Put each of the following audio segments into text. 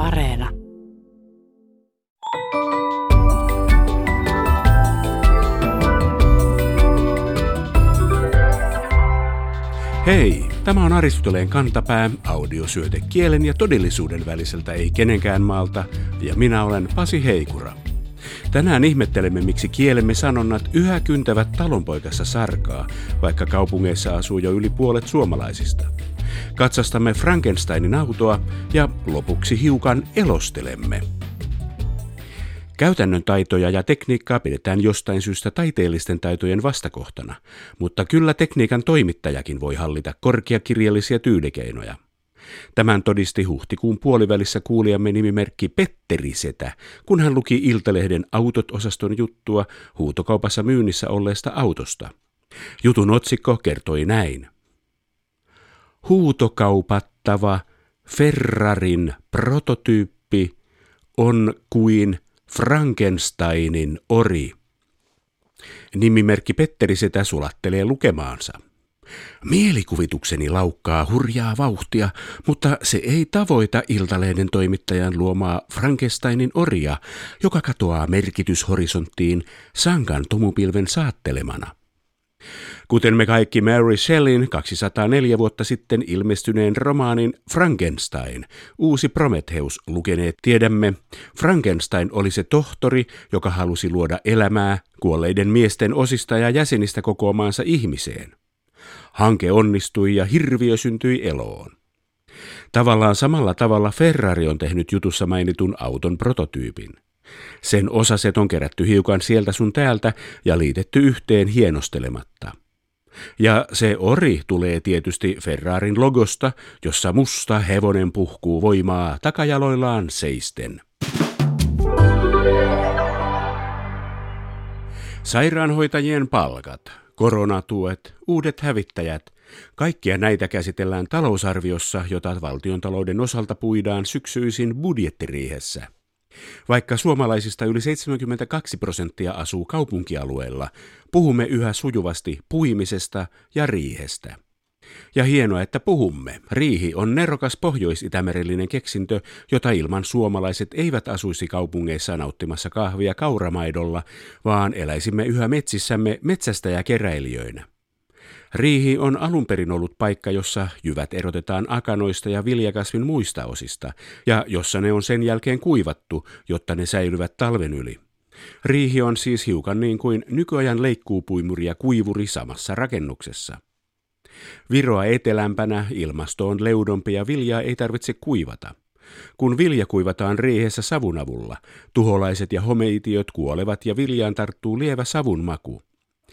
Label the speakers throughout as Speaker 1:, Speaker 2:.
Speaker 1: Areena.
Speaker 2: Hei, tämä on Aristoteleen kantapää, audiosyöte kielen ja todellisuuden väliseltä ei kenenkään maalta, ja minä olen Pasi Heikura. Tänään ihmettelemme, miksi kielemme sanonnat yhä kyntävät talonpoikassa sarkaa, vaikka kaupungeissa asuu jo yli puolet suomalaisista. Katsastamme Frankensteinin autoa ja lopuksi hiukan elostelemme. Käytännön taitoja ja tekniikkaa pidetään jostain syystä taiteellisten taitojen vastakohtana, mutta kyllä tekniikan toimittajakin voi hallita korkeakirjallisia tyylikeinoja. Tämän todisti huhtikuun puolivälissä kuulijamme nimimerkki Petteri Setä, kun hän luki Iltalehden Autot-osaston juttua huutokaupassa myynnissä olleesta autosta. Jutun otsikko kertoi näin. Huutokaupattava Ferrarin prototyyppi on kuin Frankensteinin ori. Nimimerkki Petteri Setä sulattelee lukemaansa. Mielikuvitukseni laukkaa hurjaa vauhtia, mutta se ei tavoita Iltalehden toimittajan luomaa Frankensteinin oria, joka katoaa merkityshorisonttiin sankan tomupilven saattelemana. Kuten me kaikki Mary Shelleyn 204 vuotta sitten ilmestyneen romaanin Frankenstein, uusi Prometheus lukeneet tiedämme, Frankenstein oli se tohtori, joka halusi luoda elämää kuolleiden miesten osista ja jäsenistä kokoamaansa ihmiseen. Hanke onnistui ja hirviö syntyi eloon. Tavallaan samalla tavalla Ferrari on tehnyt jutussa mainitun auton prototyypin. Sen osaset on kerätty hiukan sieltä sun täältä ja liitetty yhteen hienostelematta. Ja se ori tulee tietysti Ferrarin logosta, jossa musta hevonen puhkuu voimaa takajaloillaan seisten. Sairaanhoitajien palkat, koronatuet, uudet hävittäjät, kaikkia näitä käsitellään talousarviossa, jota valtiontalouden osalta puidaan syksyisin budjettiriihessä. Vaikka suomalaisista yli 72% asuu kaupunkialueella, puhumme yhä sujuvasti puimisesta ja riihestä. Ja hienoa, että puhumme. Riihi on nerokas pohjois-itämerellinen keksintö, jota ilman suomalaiset eivät asuisi kaupungeissa nauttimassa kahvia kauramaidolla, vaan eläisimme yhä metsissämme metsästäjäkeräilijöinä. Riihi on alun perin ollut paikka, jossa jyvät erotetaan akanoista ja viljakasvin muista osista, ja jossa ne on sen jälkeen kuivattu, jotta ne säilyvät talven yli. Riihi on siis hiukan niin kuin nykyajan leikkuupuimuri ja kuivuri samassa rakennuksessa. Viroa etelämpänä ilmasto on leudompi ja viljaa ei tarvitse kuivata. Kun vilja kuivataan riihessä savun avulla, tuholaiset ja homeitiöt kuolevat ja viljaan tarttuu lievä savun maku.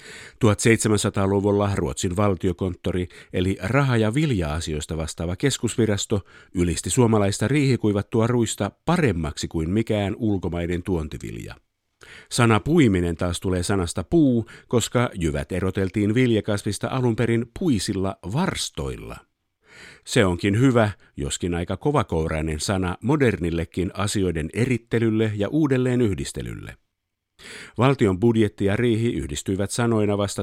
Speaker 2: 1700-luvulla Ruotsin valtiokonttori eli raha- ja vilja-asioista vastaava keskusvirasto ylisti suomalaista riihikuivattua ruista paremmaksi kuin mikään ulkomainen tuontivilja. Sana puiminen taas tulee sanasta puu, koska jyvät eroteltiin viljakasvista alun perin puisilla varstoilla. Se onkin hyvä, joskin aika kovakourainen sana modernillekin asioiden erittelylle ja uudelleen yhdistelylle. Valtion budjetti ja riihi yhdistyivät sanoina vasta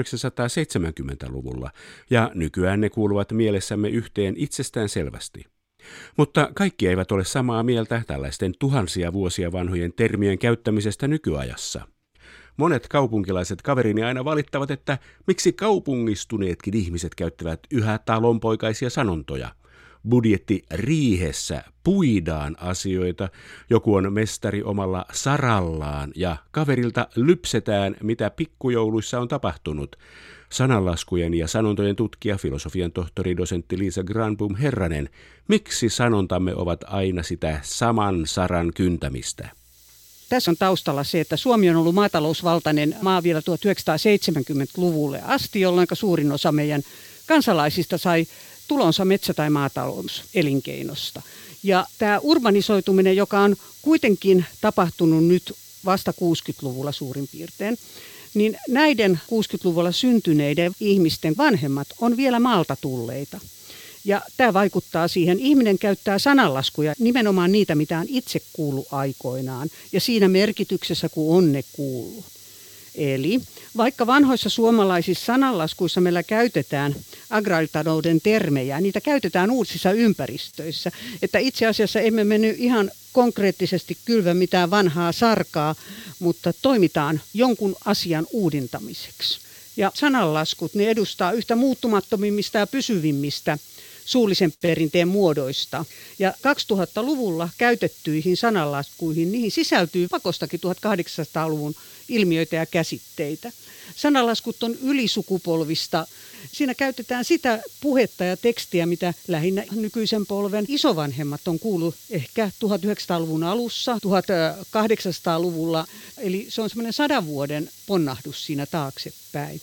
Speaker 2: 1970-luvulla, ja nykyään ne kuuluvat mielessämme yhteen itsestään selvästi. Mutta kaikki eivät ole samaa mieltä tällaisten tuhansia vuosia vanhojen termien käyttämisestä nykyajassa. Monet kaupunkilaiset kaverini aina valittavat, että miksi kaupungistuneetkin ihmiset käyttävät yhä talonpoikaisia sanontoja. Budjetti riihessä puidaan asioita, joku on mestari omalla sarallaan ja kaverilta lypsetään, mitä pikkujouluissa on tapahtunut. Sananlaskujen ja sanontojen tutkija, filosofian tohtori, dosentti Liisa Granbom Herranen, miksi sanontamme ovat aina sitä saman saran kyntämistä?
Speaker 3: Tässä on taustalla se, että Suomi on ollut maatalousvaltainen maa vielä 1970-luvulle asti, jolloin suurin osa meidän kansalaisista sai tulonsa metsä- tai maatalouselinkeinosta. Ja tämä urbanisoituminen, joka on kuitenkin tapahtunut nyt vasta 60-luvulla suurin piirtein, niin näiden 60-luvulla syntyneiden ihmisten vanhemmat on vielä maalta tulleita. Ja tämä vaikuttaa siihen. Ihminen käyttää sananlaskuja, nimenomaan niitä, mitä on itse kuullut aikoinaan, ja siinä merkityksessä, kun on ne kuullut. Eli vaikka vanhoissa suomalaisissa sananlaskuissa meillä käytetään agraaritalouden termejä, niitä käytetään uusissa ympäristöissä. Että itse asiassa emme mennyt ihan konkreettisesti kylvä mitään vanhaa sarkaa, mutta toimitaan jonkun asian uudintamiseksi. Ja sananlaskut, ne edustaa yhtä muuttumattomimmista ja pysyvimmistä suullisen perinteen muodoista. Ja 2000-luvulla käytettyihin sananlaskuihin, niihin sisältyy pakostakin 1800-luvun ilmiöitä ja käsitteitä. Sananlaskut on ylisukupolvista. Siinä käytetään sitä puhetta ja tekstiä, mitä lähinnä nykyisen polven isovanhemmat on kuullut ehkä 1900-luvun alussa, 1800-luvulla. Eli se on semmoinen 100 vuoden ponnahdus siinä taaksepäin.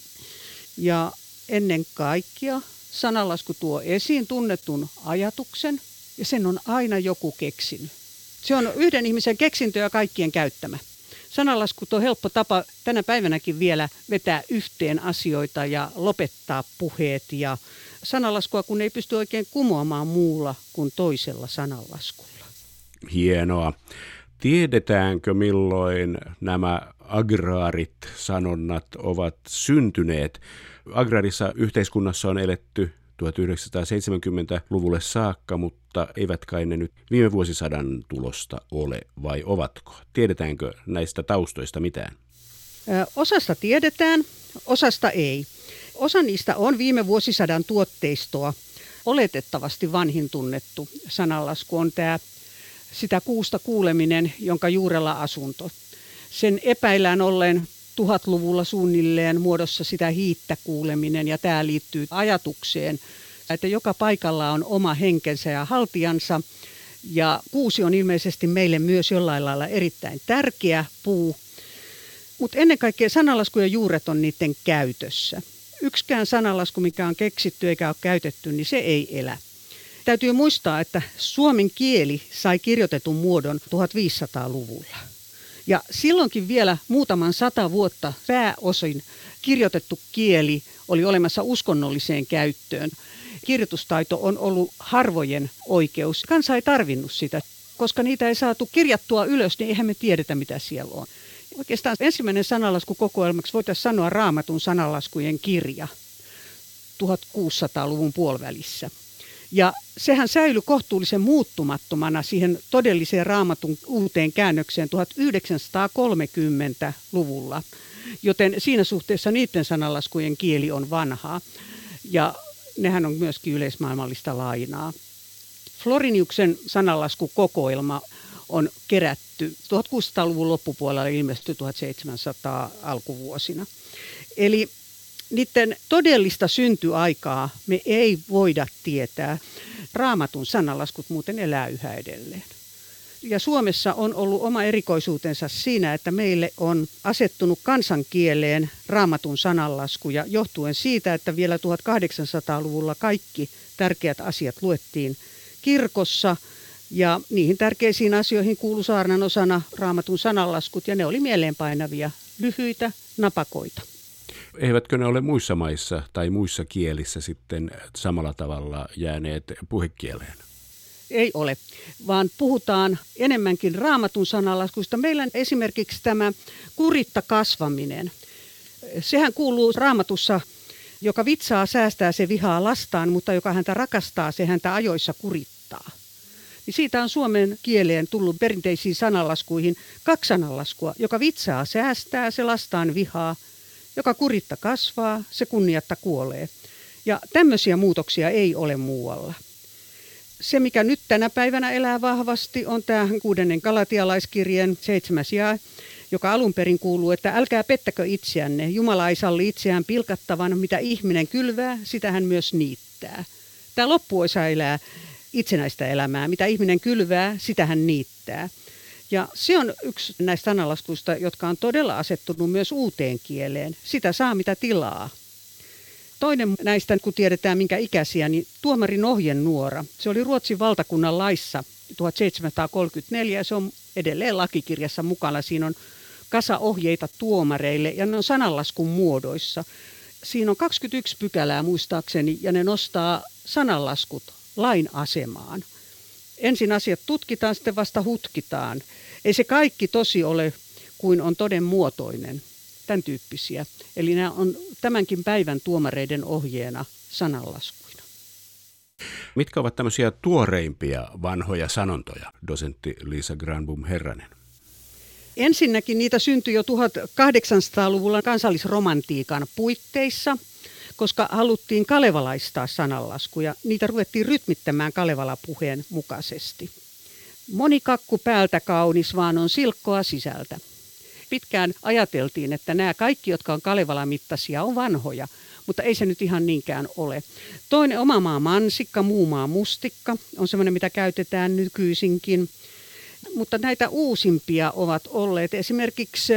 Speaker 3: Ja ennen kaikkea sananlasku tuo esiin tunnetun ajatuksen ja sen on aina joku keksinyt. Se on yhden ihmisen keksintö ja kaikkien käyttämä. Sananlaskut on helppo tapa tänä päivänäkin vielä vetää yhteen asioita ja lopettaa puheet. Ja sananlaskua kun ei pysty oikein kumoamaan muulla kuin toisella sananlaskulla.
Speaker 2: Hienoa. Tiedetäänkö milloin nämä agraarit-sanonnat ovat syntyneet? Agraarissa yhteiskunnassa on eletty 1970-luvulle saakka, mutta eivät kai ne nyt viime vuosisadan tulosta ole, vai ovatko? Tiedetäänkö näistä taustoista mitään?
Speaker 3: Osasta tiedetään, osasta ei. Osa niistä on viime vuosisadan tuotteistoa. Oletettavasti vanhin tunnettu sananlasku on tämä sitä kuusta kuuleminen, jonka juurella asunto. Sen epäillään ollen 1000-luvulla suunnilleen muodossa sitä hiittä kuuleminen ja tämä liittyy ajatukseen, että joka paikalla on oma henkensä ja haltijansa ja kuusi on ilmeisesti meille myös jollain lailla erittäin tärkeä puu, mutta ennen kaikkea sananlaskujen juuret on niiden käytössä. Yksikään sananlasku, mikä on keksitty eikä ole käytetty, niin se ei elä. Täytyy muistaa, että suomen kieli sai kirjoitetun muodon 1500-luvulla. Ja silloinkin vielä muutaman 100 vuotta pääosin kirjoitettu kieli oli olemassa uskonnolliseen käyttöön. Kirjoitustaito on ollut harvojen oikeus. Kansa ei tarvinnut sitä, koska niitä ei saatu kirjattua ylös, niin eihän me tiedetä mitä siellä on. Oikeastaan ensimmäinen sananlaskukokoelmaksi voitaisiin sanoa Raamatun sananlaskujen kirja 1600-luvun puolivälissä. Ja sehän säilyi kohtuullisen muuttumattomana siihen todelliseen Raamatun uuteen käännökseen 1930-luvulla, joten siinä suhteessa niiden sananlaskujen kieli on vanhaa ja nehän on myöskin yleismaailmallista lainaa. Floriniuksen sananlaskukokoelma on kerätty 1600-luvun loppupuolella ilmestyi 1700 alkuvuosina. Eli niiden todellista syntyaikaa me ei voida tietää. Raamatun sananlaskut muuten elää yhä edelleen. Ja Suomessa on ollut oma erikoisuutensa siinä, että meille on asettunut kansankieleen Raamatun sananlaskuja johtuen siitä, että vielä 1800-luvulla kaikki tärkeät asiat luettiin kirkossa ja niihin tärkeisiin asioihin kuului saarnan osana Raamatun sananlaskut ja ne oli mieleenpainavia, lyhyitä, napakoita.
Speaker 2: Eivätkö ne ole muissa maissa tai muissa kielissä sitten samalla tavalla jääneet puhekieleen?
Speaker 3: Ei ole, vaan puhutaan enemmänkin Raamatun sananlaskuista. Meillä esimerkiksi tämä kuritta kasvaminen. Sehän kuuluu Raamatussa, joka vitsaa säästää, se vihaa lastaan, mutta joka häntä rakastaa, se häntä ajoissa kurittaa. Niin siitä on suomen kieleen tullut perinteisiin sananlaskuihin 2 sananlaskua, joka vitsaa säästää, se lastaan vihaa. Joka kuritta kasvaa, se kunniatta kuolee. Ja tämmöisiä muutoksia ei ole muualla. Se, mikä nyt tänä päivänä elää vahvasti, on tämä 6. Galatialaiskirjeen 7. jae, joka alun perin kuuluu, että älkää pettäkö itseänne. Jumala ei salli itseään pilkattavan, mitä ihminen kylvää, sitä hän myös niittää. Tämä loppuosa elää itsenäistä elämää. Mitä ihminen kylvää, sitä hän niittää. Ja se on yksi näistä sananlaskuista, jotka on todella asettunut myös uuteen kieleen. Sitä saa mitä tilaa. Toinen näistä, kun tiedetään minkä ikäisiä, niin tuomarin ohjenuora. Se oli Ruotsin valtakunnan laissa 1734 ja se on edelleen lakikirjassa mukana. Siinä on kasa ohjeita tuomareille ja ne on sananlaskun muodoissa. Siinä on 21 pykälää muistaakseni ja ne nostaa sananlaskut lain asemaan. Ensin asiat tutkitaan, sitten vasta hutkitaan. Ei se kaikki tosi ole kuin on todenmuotoinen. tämän tyyppisiä. Eli nämä on tämänkin päivän tuomareiden ohjeena sananlaskuina.
Speaker 2: Mitkä ovat tämmöisiä tuoreimpia vanhoja sanontoja, dosentti Liisa Granbom-Herranen?
Speaker 3: Ensinnäkin niitä syntyi jo 1800-luvulla kansallisromantiikan puitteissa, koska haluttiin kalevalaistaa sananlaskuja. Niitä ruvettiin rytmittämään Kalevala-puheen mukaisesti. Moni kakku päältä kaunis, vaan on silkkoa sisältä. Pitkään ajateltiin, että nämä kaikki, jotka on Kalevala-mittaisia, on vanhoja, mutta ei se nyt ihan niinkään ole. Toinen oma maa mansikka, muu maa mustikka on semmoinen, mitä käytetään nykyisinkin. Mutta näitä uusimpia ovat olleet esimerkiksi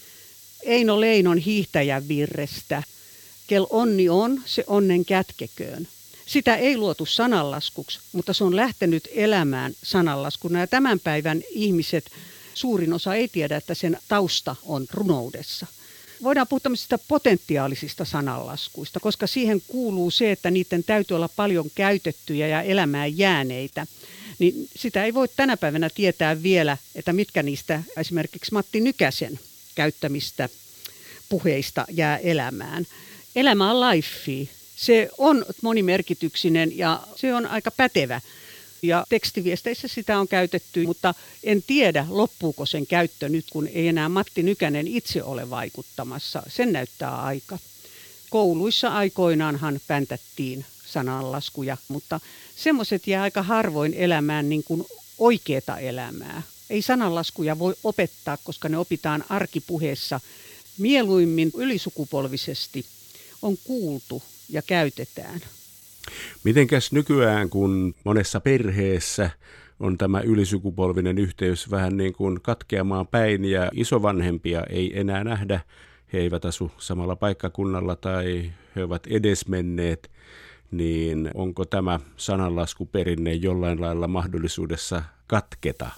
Speaker 3: Eino Leinon hiihtäjän virrestä. Kel onni on, se onnen kätkeköön. Sitä ei luotu sananlaskuksi, mutta se on lähtenyt elämään sananlaskuna. Ja tämän päivän ihmiset, suurin osa ei tiedä, että sen tausta on runoudessa. Voidaan puhua tämmöisistä potentiaalisista sananlaskuista, koska siihen kuuluu se, että niiden täytyy olla paljon käytettyjä ja elämään jääneitä. Niin sitä ei voi tänä päivänä tietää vielä, että mitkä niistä esimerkiksi Matti Nykäsen käyttämistä puheista jää elämään. Elämä on lifea. Se on monimerkityksinen ja se on aika pätevä. Ja tekstiviesteissä sitä on käytetty, mutta en tiedä, loppuuko sen käyttö nyt, kun ei enää Matti Nykänen itse ole vaikuttamassa. Sen näyttää aika. Kouluissa aikoinaanhan päntättiin sananlaskuja, mutta semmoiset jää aika harvoin elämään niin kuin oikeata elämää. Ei sananlaskuja voi opettaa, koska ne opitaan arkipuheessa. Mieluimmin ylisukupolvisesti on kuultu ja käytetään.
Speaker 2: Mitenkäs nykyään, kun monessa perheessä on tämä ylisukupolvinen yhteys vähän niin kuin katkeamaan päin ja isovanhempia ei enää nähdä, he eivät asu samalla paikkakunnalla tai he ovat edesmenneet, niin onko tämä sananlaskuperinne jollain lailla mahdollisuudessa katketa?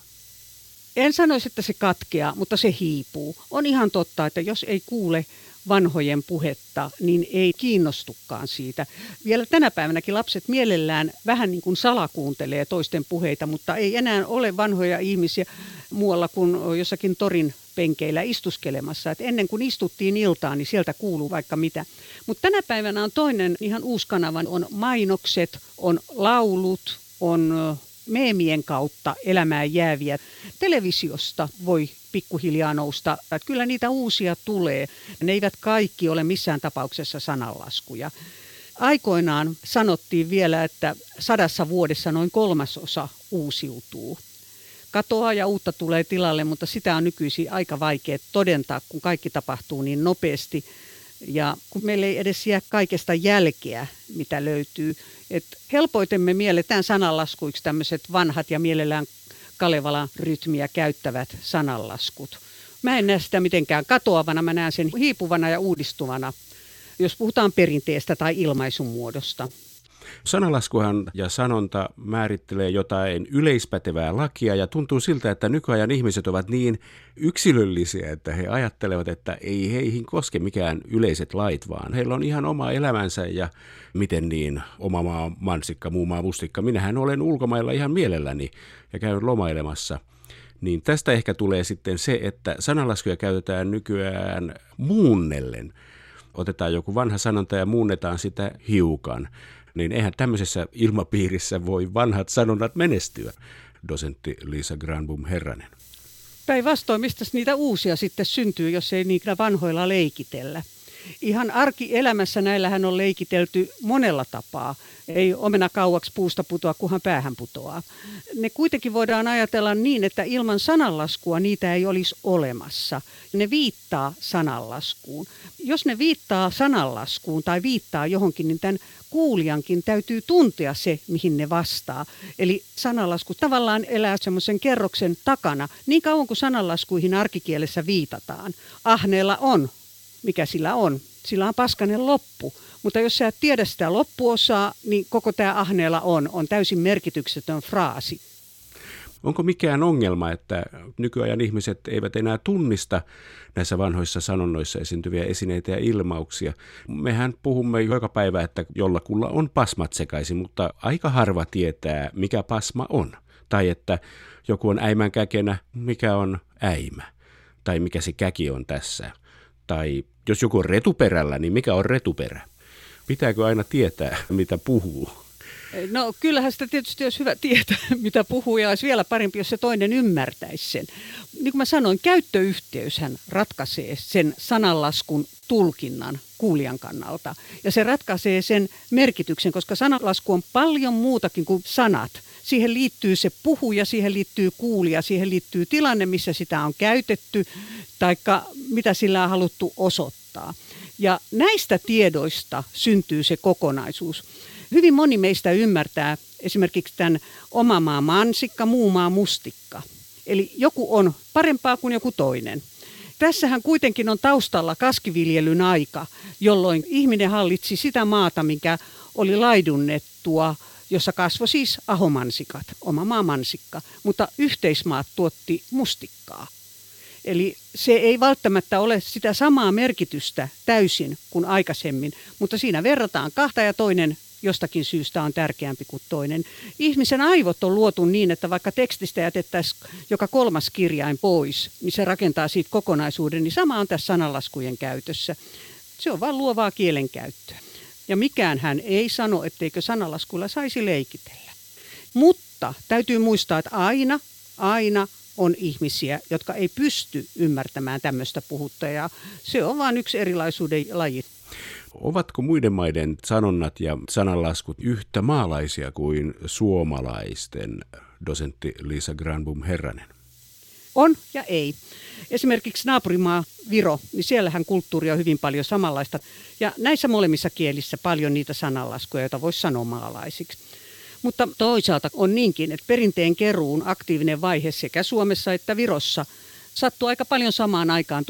Speaker 3: En sanoisi, että se katkeaa, mutta se hiipuu. On ihan totta, että jos ei kuule vanhojen puhetta, niin ei kiinnostukaan siitä. Vielä tänä päivänäkin lapset mielellään vähän niin kuin salakuuntelee toisten puheita, mutta ei enää ole vanhoja ihmisiä muualla kuin jossakin torin penkeillä istuskelemassa. Et ennen kuin istuttiin iltaan, niin sieltä kuuluu vaikka mitä. Mutta tänä päivänä on toinen ihan uusi kanava, on mainokset, on laulut, on meemien kautta elämään jääviä. Televisiosta voi pikkuhiljaa nousta. Että kyllä niitä uusia tulee. Ne eivät kaikki ole missään tapauksessa sananlaskuja. Aikoinaan sanottiin vielä, että 100 vuodessa noin 1/3 uusiutuu. Katoaa ja uutta tulee tilalle, mutta sitä on nykyisin aika vaikea todentaa, kun kaikki tapahtuu niin nopeasti. Ja kun meillä ei edes jää kaikesta jälkeä, mitä löytyy. Et helpoiten me mielletään sananlaskuiksi tämmöiset vanhat ja mielellään Kalevalan rytmiä käyttävät sananlaskut. Mä en näe sitä mitenkään katoavana, mä näen sen hiipuvana ja uudistuvana, jos puhutaan perinteestä tai ilmaisun muodosta.
Speaker 2: Sananlaskuhan ja sanonta määrittelee jotain yleispätevää lakia ja tuntuu siltä, että nykyajan ihmiset ovat niin yksilöllisiä, että he ajattelevat, että ei heihin koske mikään yleiset lait, vaan heillä on ihan oma elämänsä ja miten niin, oma maa mansikka, muu maa mustikka. Minähän olen ulkomailla ihan mielelläni ja käyn lomailemassa. Niin tästä ehkä tulee sitten se, että sananlaskuja käytetään nykyään muunnellen. Otetaan joku vanha sanonta ja muunnetaan sitä hiukan. Niin eihän tämmöisessä ilmapiirissä voi vanhat sanonnat menestyä, dosentti Liisa Granbom-Herranen.
Speaker 3: Päinvastoin, mistä niitä uusia sitten syntyy, jos ei niitä vanhoilla leikitellä. Ihan arkielämässä näillähän on leikitelty monella tapaa. Ei omena kauaksi puusta putoa, kunhan päähän putoaa. Ne kuitenkin voidaan ajatella niin, että ilman sananlaskua niitä ei olisi olemassa. Ne viittaa sananlaskuun. Jos ne viittaa sananlaskuun tai viittaa johonkin, niin tämän kuulijankin täytyy tuntea se, mihin ne vastaa. Eli sananlasku tavallaan elää semmoisen kerroksen takana. Niin kauan kuin sananlaskuihin arkikielessä viitataan. Ahneella on. Mikä sillä on? Sillä on paskanen loppu. Mutta jos sä et tiedä sitä loppuosaa, niin koko tämä ahneella on täysin merkityksetön fraasi.
Speaker 2: Onko mikään ongelma, että nykyajan ihmiset eivät enää tunnista näissä vanhoissa sanonnoissa esiintyviä esineitä ja ilmauksia? Mehän puhumme joka päivä, että jollakulla on pasmat sekaisin, mutta aika harva tietää, mikä pasma on. Tai että joku on äimän käkenä, mikä on äimä. Tai mikä se käki on tässä. Tai jos joku on retuperällä, niin mikä on retuperä? Pitääkö aina tietää, mitä puhuu?
Speaker 3: No kyllähän sitä tietysti olisi hyvä tietää, mitä puhuu, ja olisi vielä parempi, jos se toinen ymmärtäisi sen. Niin kuin mä sanoin, käyttöyhteyshän ratkaisee sen sananlaskun tulkinnan kuulijan kannalta. Ja se ratkaisee sen merkityksen, koska sananlasku on paljon muutakin kuin sanat. Siihen liittyy se puhuja, siihen liittyy kuulija, siihen liittyy tilanne, missä sitä on käytetty, taikka mitä sillä on haluttu osoittaa. Ja näistä tiedoista syntyy se kokonaisuus. Hyvin moni meistä ymmärtää esimerkiksi tämän oma maa mansikka, muu maa mustikka. Eli joku on parempaa kuin joku toinen. Tässähän kuitenkin on taustalla kaskiviljelyn aika, jolloin ihminen hallitsi sitä maata, mikä oli laidunnettua, jossa kasvoi siis ahomansikat, oma maa mansikka, mutta yhteismaat tuotti mustikkaa. Eli se ei välttämättä ole sitä samaa merkitystä täysin kuin aikaisemmin, mutta siinä verrataan kahta ja toinen jostakin syystä on tärkeämpi kuin toinen. Ihmisen aivot on luotu niin, että vaikka tekstistä jätettäisiin joka kolmas kirjain pois, niin se rakentaa siitä kokonaisuuden, niin sama on tässä sananlaskujen käytössä. Se on vain luovaa kielenkäyttöä. Ja mikään hän ei sano, etteikö sananlaskuilla saisi leikitellä. Mutta täytyy muistaa, että aina on ihmisiä, jotka ei pysty ymmärtämään tämmöistä puhuttajaa. Se on vain yksi erilaisuuden laji.
Speaker 2: Ovatko muiden maiden sanonnat ja sananlaskut yhtä maalaisia kuin suomalaisten, dosentti Liisa Granbom-Herranen?
Speaker 3: On ja ei. Esimerkiksi naapurimaa Viro, niin siellähän kulttuuri on hyvin paljon samanlaista. Ja näissä molemmissa kielissä paljon niitä sananlaskuja, joita voisi sanoa maalaisiksi. Mutta toisaalta on niinkin, että perinteen keruun aktiivinen vaihe sekä Suomessa että Virossa sattui aika paljon samaan aikaan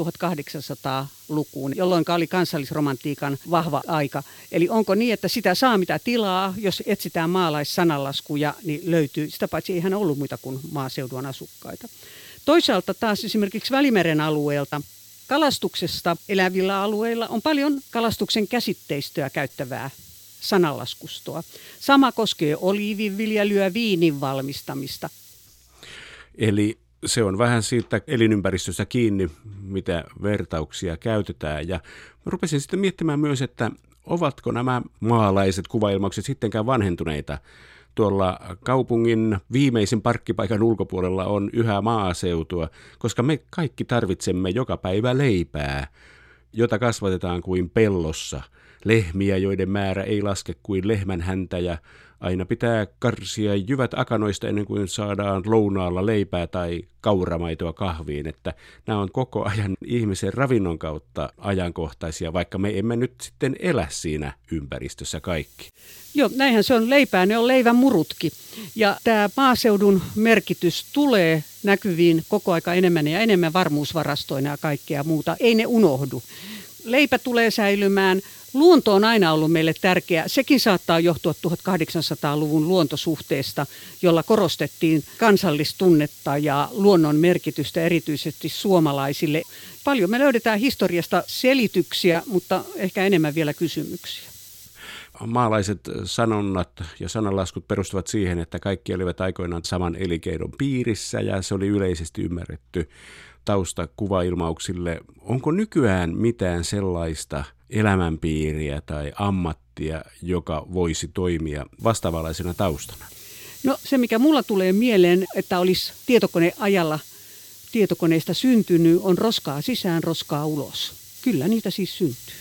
Speaker 3: 1800-lukuun, jolloin oli kansallisromantiikan vahva aika. Eli onko niin, että sitä saa mitä tilaa, jos etsitään maalaissananlaskuja, niin löytyy. Sitä paitsi eihän ollut muita kuin maaseudun asukkaita. Toisaalta taas esimerkiksi Välimeren alueelta kalastuksesta elävillä alueilla on paljon kalastuksen käsitteistöä käyttävää sananlaskustoa. Sama koskee oliivinviljelyä, viinin valmistamista.
Speaker 2: Eli se on vähän siitä elinympäristössä kiinni, mitä vertauksia käytetään. Ja mä rupesin sitten miettimään myös, että ovatko nämä maalaiset kuvailmaukset sittenkään vanhentuneita. Tuolla kaupungin viimeisin parkkipaikan ulkopuolella on yhä maaseutua, koska me kaikki tarvitsemme joka päivä leipää, jota kasvatetaan kuin pellossa. Lehmiä, joiden määrä ei laske kuin lehmän häntä, ja aina pitää karsia jyvät akanoista ennen kuin saadaan lounaalla leipää tai kauramaitoa kahviin. Että nämä on koko ajan ihmisen ravinnon kautta ajankohtaisia, vaikka me emme nyt sitten elä siinä ympäristössä kaikki.
Speaker 3: Joo, näinhän se on leipää, ne on leivän murutkin. Ja tämä maaseudun merkitys tulee näkyviin koko aika enemmän ja enemmän varmuusvarastoina ja kaikkea muuta. Ei ne unohdu. Leipä tulee säilymään. Luonto on aina ollut meille tärkeä. Sekin saattaa johtua 1800-luvun luontosuhteesta, jolla korostettiin kansallistunnetta ja luonnon merkitystä erityisesti suomalaisille. Paljon me löydetään historiasta selityksiä, mutta ehkä enemmän vielä kysymyksiä.
Speaker 2: Maalaiset sanonnat ja sananlaskut perustuvat siihen, että kaikki olivat aikoinaan saman elinkeinon piirissä ja se oli yleisesti ymmärretty tausta kuvailmauksille. Onko nykyään mitään sellaista elämänpiiriä tai ammattia, joka voisi toimia vastaavanlaisena taustana?
Speaker 3: No se, mikä mulla tulee mieleen, että olisi tietokoneajalla tietokoneista syntynyt, on roskaa sisään, roskaa ulos. Kyllä niitä siis syntyy.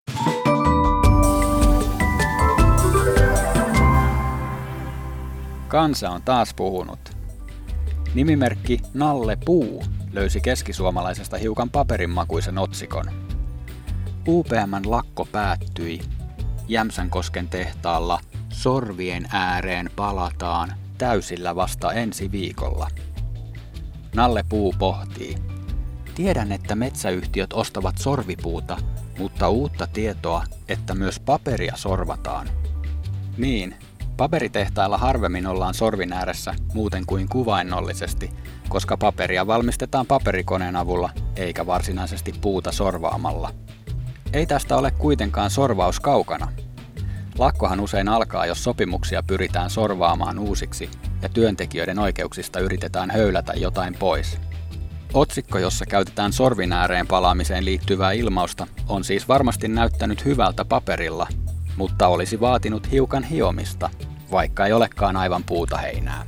Speaker 1: Kansa on taas puhunut. Nimimerkki Nalle Puu löysi keskisuomalaisesta hiukan paperinmakuisen otsikon. UPM:n lakko päättyi. Jämsänkosken tehtaalla sorvien ääreen palataan täysillä vasta ensi viikolla. Nalle Puu pohtii. Tiedän, että metsäyhtiöt ostavat sorvipuuta, mutta uutta tietoa, että myös paperia sorvataan. Niin, paperitehtailla harvemmin ollaan sorvin ääressä muuten kuin kuvainnollisesti, koska paperia valmistetaan paperikoneen avulla eikä varsinaisesti puuta sorvaamalla. Ei tästä ole kuitenkaan sorvaus kaukana. Lakkohan usein alkaa, jos sopimuksia pyritään sorvaamaan uusiksi ja työntekijöiden oikeuksista yritetään höylätä jotain pois. Otsikko, jossa käytetään sorvin ääreen palaamiseen liittyvää ilmausta, on siis varmasti näyttänyt hyvältä paperilla, mutta olisi vaatinut hiukan hiomista, vaikka ei olekaan aivan puuta heinää.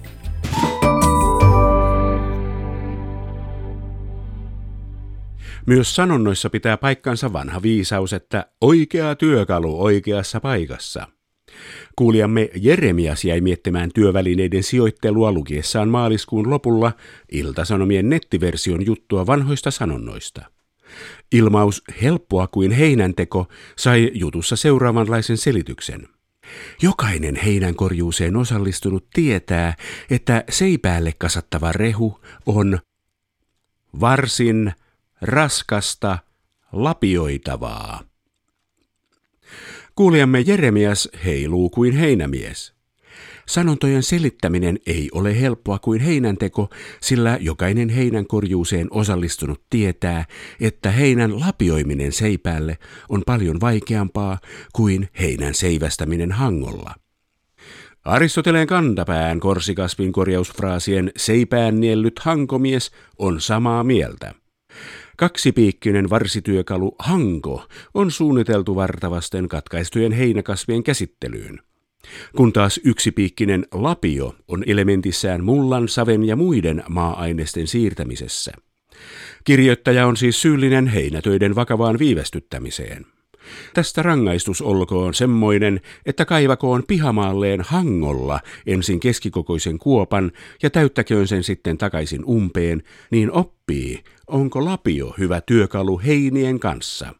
Speaker 2: Myös sanonnoissa pitää paikkansa vanha viisaus, että oikea työkalu oikeassa paikassa. Kuulijamme Jeremias jäi miettimään työvälineiden sijoittelua lukiessaan maaliskuun lopulla Ilta-Sanomien nettiversion juttua vanhoista sanonnoista. Ilmaus helppoa kuin heinänteko sai jutussa seuraavanlaisen selityksen. Jokainen heinänkorjuuseen osallistunut tietää, että seipäälle kasattava rehu on varsin raskasta, lapioitavaa. Kuulijamme Jeremias heiluu kuin heinämies. Sanontojen selittäminen ei ole helppoa kuin heinänteko, sillä jokainen heinänkorjuuseen osallistunut tietää, että heinän lapioiminen seipäälle on paljon vaikeampaa kuin heinän seivästäminen hangolla. Aristoteleen kantapään korsikasvin korjausfraasien seipään niellyt hankomies on samaa mieltä. Kaksipiikkinen varsityökalu hanko on suunniteltu vartavasten katkaistujen heinäkasvien käsittelyyn, kun taas yksipiikkinen lapio on elementissään mullan, saven ja muiden maa-ainesten siirtämisessä. Kirjoittaja on siis syyllinen heinätöiden vakavaan viivästyttämiseen. Tästä rangaistus olkoon semmoinen, että kaivakoon pihamaalleen hangolla ensin keskikokoisen kuopan ja täyttäköön sen sitten takaisin umpeen, niin oppii, onko lapio hyvä työkalu heinien kanssa.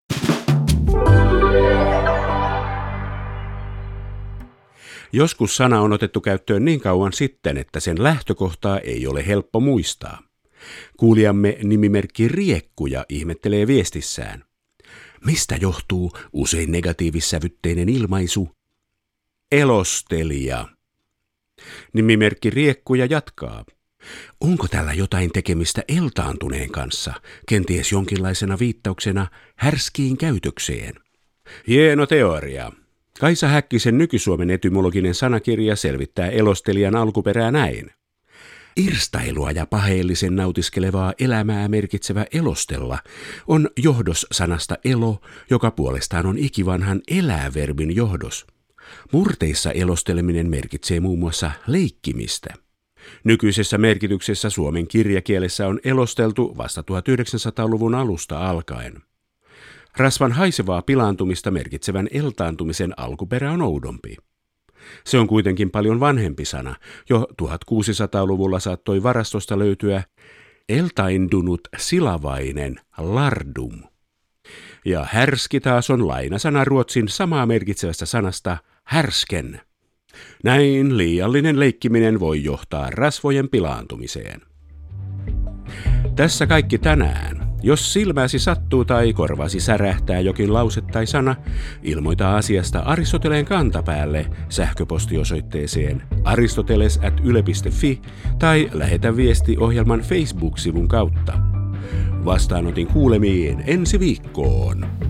Speaker 2: Joskus sana on otettu käyttöön niin kauan sitten, että sen lähtökohtaa ei ole helppo muistaa. Kuulijamme nimimerkki Riekkuja ihmettelee viestissään. Mistä johtuu usein negatiivissävytteinen ilmaisu? Elostelija. Nimimerkki Riekkuja jatkaa. Onko tällä jotain tekemistä eltaantuneen kanssa, kenties jonkinlaisena viittauksena härskiin käytökseen? Hieno teoria. Kaisa Häkkisen Nykysuomen etymologinen sanakirja selvittää elostelijan alkuperää näin. Irstailua ja paheellisen nautiskelevaa elämää merkitsevä elostella on johdos sanasta elo, joka puolestaan on ikivanhan elää-verbin johdos. Murteissa elosteleminen merkitsee muun muassa leikkimistä. Nykyisessä merkityksessä suomen kirjakielessä on elosteltu vasta 1900-luvun alusta alkaen. Rasvan haisevaa pilaantumista merkitsevän eltaantumisen alkuperä on oudompi. Se on kuitenkin paljon vanhempi sana. Jo 1600-luvulla saattoi varastosta löytyä eltaindunut silavainen lardum. Ja härski taas on lainasana ruotsin samaa merkitsevästä sanasta härsken. Näin liiallinen leikkiminen voi johtaa rasvojen pilaantumiseen. Tässä kaikki tänään. Jos silmäsi sattuu tai korvasi särähtää jokin lause tai sana, ilmoita asiasta Aristoteleen kantapäälle sähköpostiosoitteeseen aristoteles@yle.fi tai lähetä viesti ohjelman Facebook-sivun kautta. Vastaanotin kuulemiin ensi viikkoon.